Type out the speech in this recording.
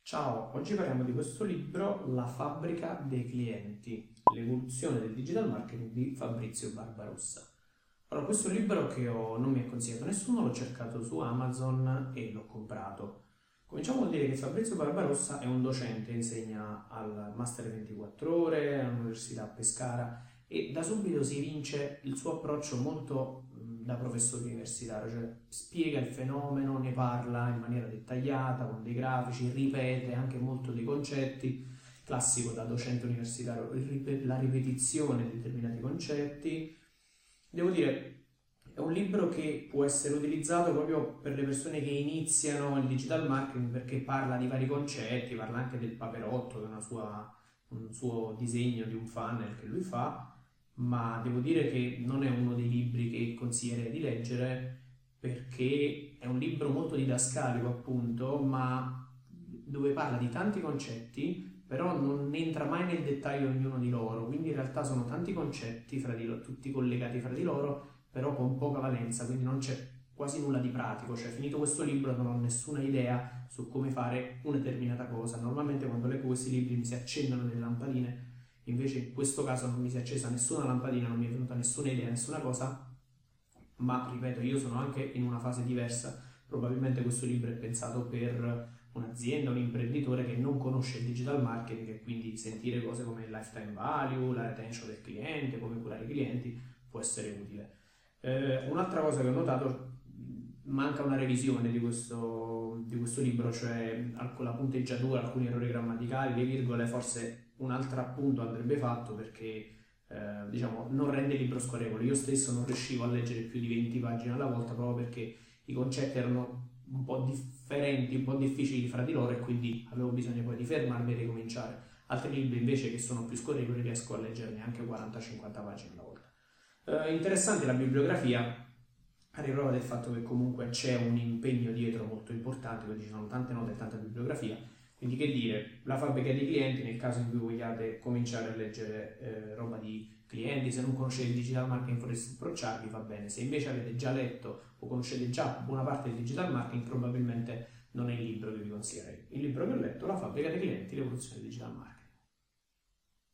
Ciao, oggi parliamo di questo libro, La fabbrica dei clienti, l'evoluzione del digital marketing di Fabrizio Barbarossa. Allora, questo è un libro che non mi ha consigliato nessuno, l'ho cercato su Amazon e l'ho comprato. Cominciamo a dire che Fabrizio Barbarossa è un docente, insegna al Master 24 ore all'Università a Pescara e da subito si evince il suo approccio molto da professore universitario, cioè spiega il fenomeno, ne parla in maniera dettagliata, con dei grafici, ripete anche molto dei concetti, classico da docente universitario, la ripetizione di determinati concetti. Devo dire, è un libro che può essere utilizzato proprio per le persone che iniziano il digital marketing perché parla di vari concetti, parla anche del paperotto, che è un suo disegno di un funnel che lui fa, ma devo dire che non è uno dei libri che consiglierei di leggere perché è un libro molto didascalico, appunto, ma dove parla di tanti concetti, però non entra mai nel dettaglio ognuno di loro, quindi in realtà sono tanti concetti fra di loro, tutti collegati fra di loro, però con poca valenza, quindi non c'è quasi nulla di pratico, cioè finito questo libro non ho nessuna idea su come fare una determinata cosa. Normalmente quando leggo questi libri mi si accendono delle lampadine, invece in questo caso non mi si è accesa nessuna lampadina, non mi è venuta nessuna idea, nessuna cosa, ma ripeto, io sono anche in una fase diversa, probabilmente questo libro è pensato per un'azienda, un imprenditore che non conosce il digital marketing e quindi sentire cose come il lifetime value, la retention del cliente, come curare i clienti può essere utile. Un'altra cosa che ho notato, manca una revisione di questo libro, cioè la punteggiatura, alcuni errori grammaticali, le virgole, forse un altro appunto andrebbe fatto perché diciamo, non rende il libro scorrevole. Io stesso non riuscivo a leggere più di 20 pagine alla volta proprio perché i concetti erano un po' differenti, un po' difficili fra di loro e quindi avevo bisogno poi di fermarmi e ricominciare. Altri libri invece che sono più scorrevoli riesco a leggerne anche 40-50 pagine alla volta. Interessante la bibliografia, a riprova del fatto che comunque c'è un impegno dietro molto importante, quindi ci sono tante note e tanta bibliografia, quindi che dire, la fabbrica dei clienti nel caso in cui vogliate cominciare a leggere roba di clienti, se non conoscete il digital marketing vorreste approcciarvi va bene, se invece avete già letto o conoscete già buona parte del digital marketing probabilmente non è il libro che vi consiglierei. Il libro che ho letto, La fabbrica dei clienti, l'evoluzione del digital marketing.